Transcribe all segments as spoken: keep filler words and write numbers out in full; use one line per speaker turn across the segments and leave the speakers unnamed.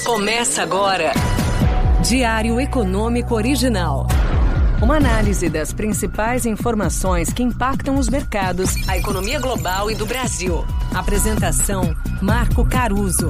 Começa agora. Diário Econômico Original. Uma análise das principais informações que impactam os mercados, a economia global e do Brasil. Apresentação: Marco Caruso.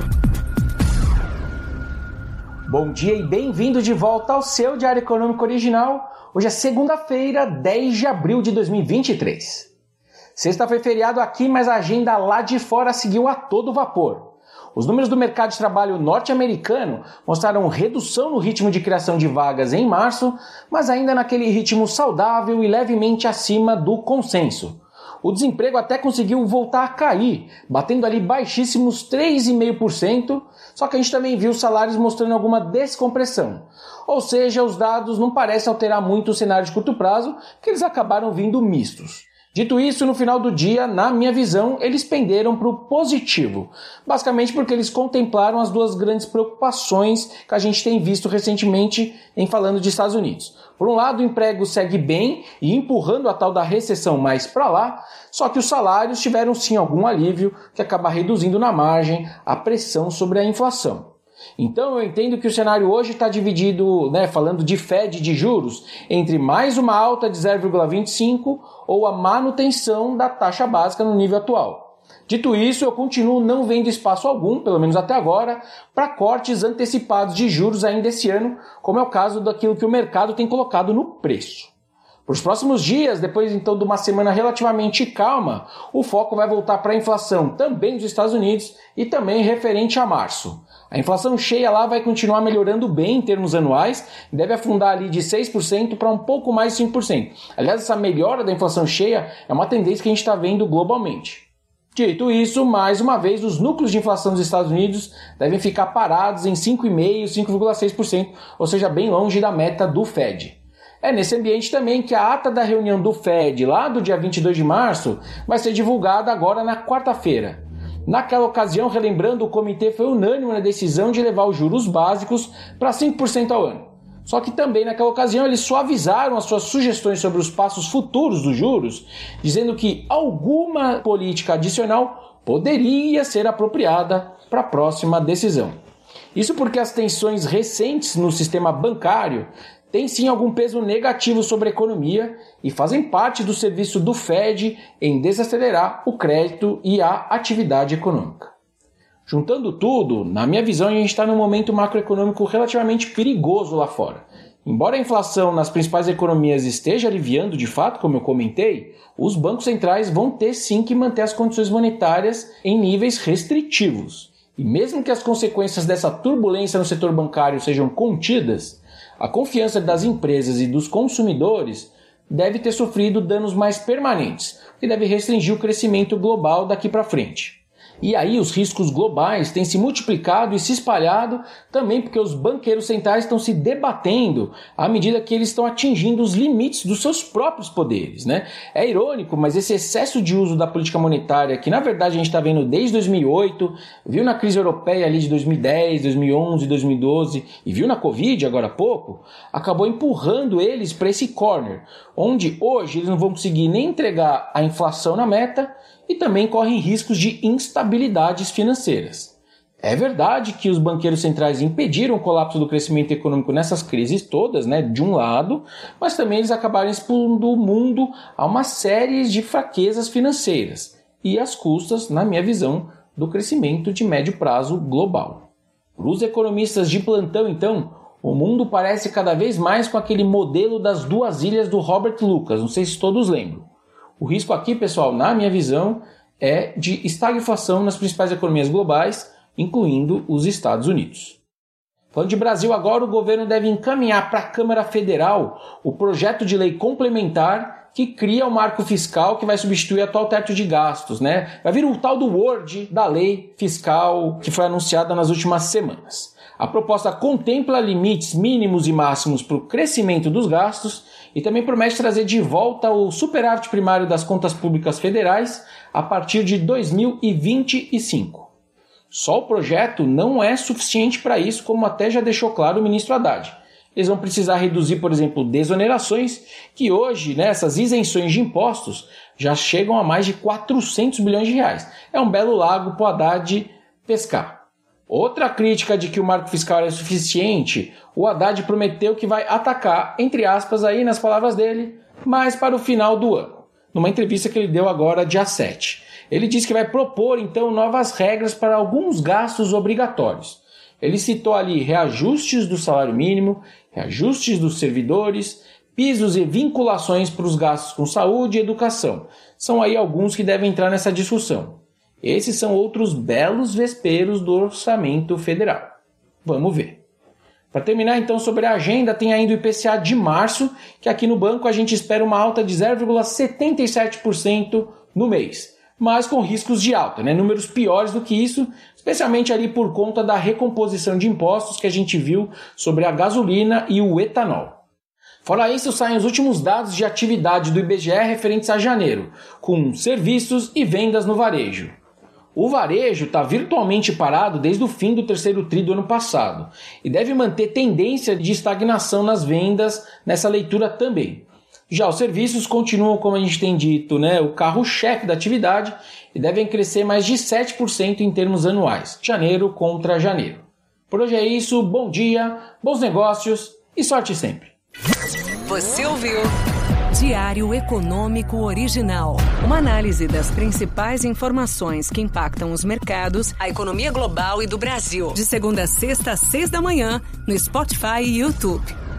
Bom dia e bem-vindo de volta ao seu Diário Econômico Original. Hoje é segunda-feira, dez de abril de dois mil e vinte e três. Sexta foi feriado aqui, mas a agenda lá de fora seguiu a todo vapor. Os números do mercado de trabalho norte-americano mostraram redução no ritmo de criação de vagas em março, mas ainda naquele ritmo saudável e levemente acima do consenso. O desemprego até conseguiu voltar a cair, batendo ali baixíssimos três vírgula cinco por cento, só que a gente também viu os salários mostrando alguma descompressão. Ou seja, os dados não parecem alterar muito o cenário de curto prazo, porque eles acabaram vindo mistos. Dito isso, no final do dia, na minha visão, eles penderam para o positivo. Basicamente porque eles contemplaram as duas grandes preocupações que a gente tem visto recentemente em falando de Estados Unidos. Por um lado, o emprego segue bem e empurrando a tal da recessão mais para lá, só que os salários tiveram sim algum alívio que acaba reduzindo na margem a pressão sobre a inflação. Então eu entendo que o cenário hoje está dividido, né, falando de Fed de juros, entre mais uma alta de zero vírgula vinte e cinco ou a manutenção da taxa básica no nível atual. Dito isso, eu continuo não vendo espaço algum, pelo menos até agora, para cortes antecipados de juros ainda esse ano, como é o caso daquilo que o mercado tem colocado no preço. Para os próximos dias, depois então de uma semana relativamente calma, o foco vai voltar para a inflação também dos Estados Unidos e também referente a março. A inflação cheia lá vai continuar melhorando bem em termos anuais, deve afundar ali de seis por cento para um pouco mais de cinco por cento. Aliás, essa melhora da inflação cheia é uma tendência que a gente está vendo globalmente. Dito isso, mais uma vez, os núcleos de inflação dos Estados Unidos devem ficar parados em cinco vírgula cinco por cento, cinco vírgula seis por cento, ou seja, bem longe da meta do Fed. É nesse ambiente também que a ata da reunião do Fed, lá do dia vinte e dois de março, vai ser divulgada agora na quarta-feira. Naquela ocasião, relembrando, o comitê foi unânime na decisão de levar os juros básicos para cinco por cento ao ano. Só que também naquela ocasião eles suavizaram as suas sugestões sobre os passos futuros dos juros, dizendo que alguma política adicional poderia ser apropriada para a próxima decisão. Isso porque as tensões recentes no sistema bancário têm sim algum peso negativo sobre a economia e fazem parte do serviço do Fed em desacelerar o crédito e a atividade econômica. Juntando tudo, na minha visão, a gente está num momento macroeconômico relativamente perigoso lá fora. Embora a inflação nas principais economias esteja aliviando de fato, como eu comentei, os bancos centrais vão ter sim que manter as condições monetárias em níveis restritivos. E mesmo que as consequências dessa turbulência no setor bancário sejam contidas, a confiança das empresas e dos consumidores deve ter sofrido danos mais permanentes, que deve restringir o crescimento global daqui para frente. E aí os riscos globais têm se multiplicado e se espalhado também porque os banqueiros centrais estão se debatendo à medida que eles estão atingindo os limites dos seus próprios poderes, né? É irônico, mas esse excesso de uso da política monetária, que na verdade a gente está vendo desde dois mil e oito, viu na crise europeia ali de dois mil e dez, dois mil e onze, dois mil e doze e viu na Covid agora há pouco, acabou empurrando eles para esse corner, onde hoje eles não vão conseguir nem entregar a inflação na meta e também correm riscos de instabilidades financeiras. É verdade que os banqueiros centrais impediram o colapso do crescimento econômico nessas crises todas, né, de um lado, mas também eles acabaram expondo o mundo a uma série de fraquezas financeiras e às custas, na minha visão, do crescimento de médio prazo global. Para os economistas de plantão, então, o mundo parece cada vez mais com aquele modelo das duas ilhas do Robert Lucas, não sei se todos lembram. O risco aqui, pessoal, na minha visão, é de estagflação nas principais economias globais, incluindo os Estados Unidos. Falando de Brasil agora, o governo deve encaminhar para a Câmara Federal o projeto de lei complementar que cria o marco fiscal que vai substituir o atual teto de gastos, né? Vai vir o tal do Word da lei fiscal que foi anunciada nas últimas semanas. A proposta contempla limites mínimos e máximos para o crescimento dos gastos e também promete trazer de volta o superávit primário das contas públicas federais a partir de dois mil e vinte e cinco. Só o projeto não é suficiente para isso, como até já deixou claro o ministro Haddad. Eles vão precisar reduzir, por exemplo, desonerações, que hoje, né, essas isenções de impostos já chegam a mais de quatrocentos bilhões de reais. É um belo lago para o Haddad pescar. Outra crítica de que o marco fiscal é suficiente, o Haddad prometeu que vai atacar, entre aspas, aí nas palavras dele, mais para o final do ano, numa entrevista que ele deu agora, dia sete. Ele disse que vai propor, então, novas regras para alguns gastos obrigatórios. Ele citou ali reajustes do salário mínimo, reajustes dos servidores, pisos e vinculações para os gastos com saúde e educação. São aí alguns que devem entrar nessa discussão. Esses são outros belos vesperos do orçamento federal. Vamos ver. Para terminar então sobre a agenda, tem ainda o I P C A de março, que aqui no banco a gente espera uma alta de zero vírgula setenta e sete por cento no mês, mas com riscos de alta, né? Números piores do que isso, especialmente ali por conta da recomposição de impostos que a gente viu sobre a gasolina e o etanol. Fora isso, saem os últimos dados de atividade do I B G E referentes a janeiro, com serviços e vendas no varejo. O varejo está virtualmente parado desde o fim do terceiro tri do ano passado e deve manter tendência de estagnação nas vendas nessa leitura também. Já os serviços continuam, como a gente tem dito, né, o carro-chefe da atividade e devem crescer mais de sete por cento em termos anuais, janeiro contra janeiro. Por hoje é isso, bom dia, bons negócios e sorte sempre!
Você ouviu Diário Econômico Original. Uma análise das principais informações que impactam os mercados, a economia global e do Brasil. De segunda a sexta, às seis da manhã, no Spotify e YouTube.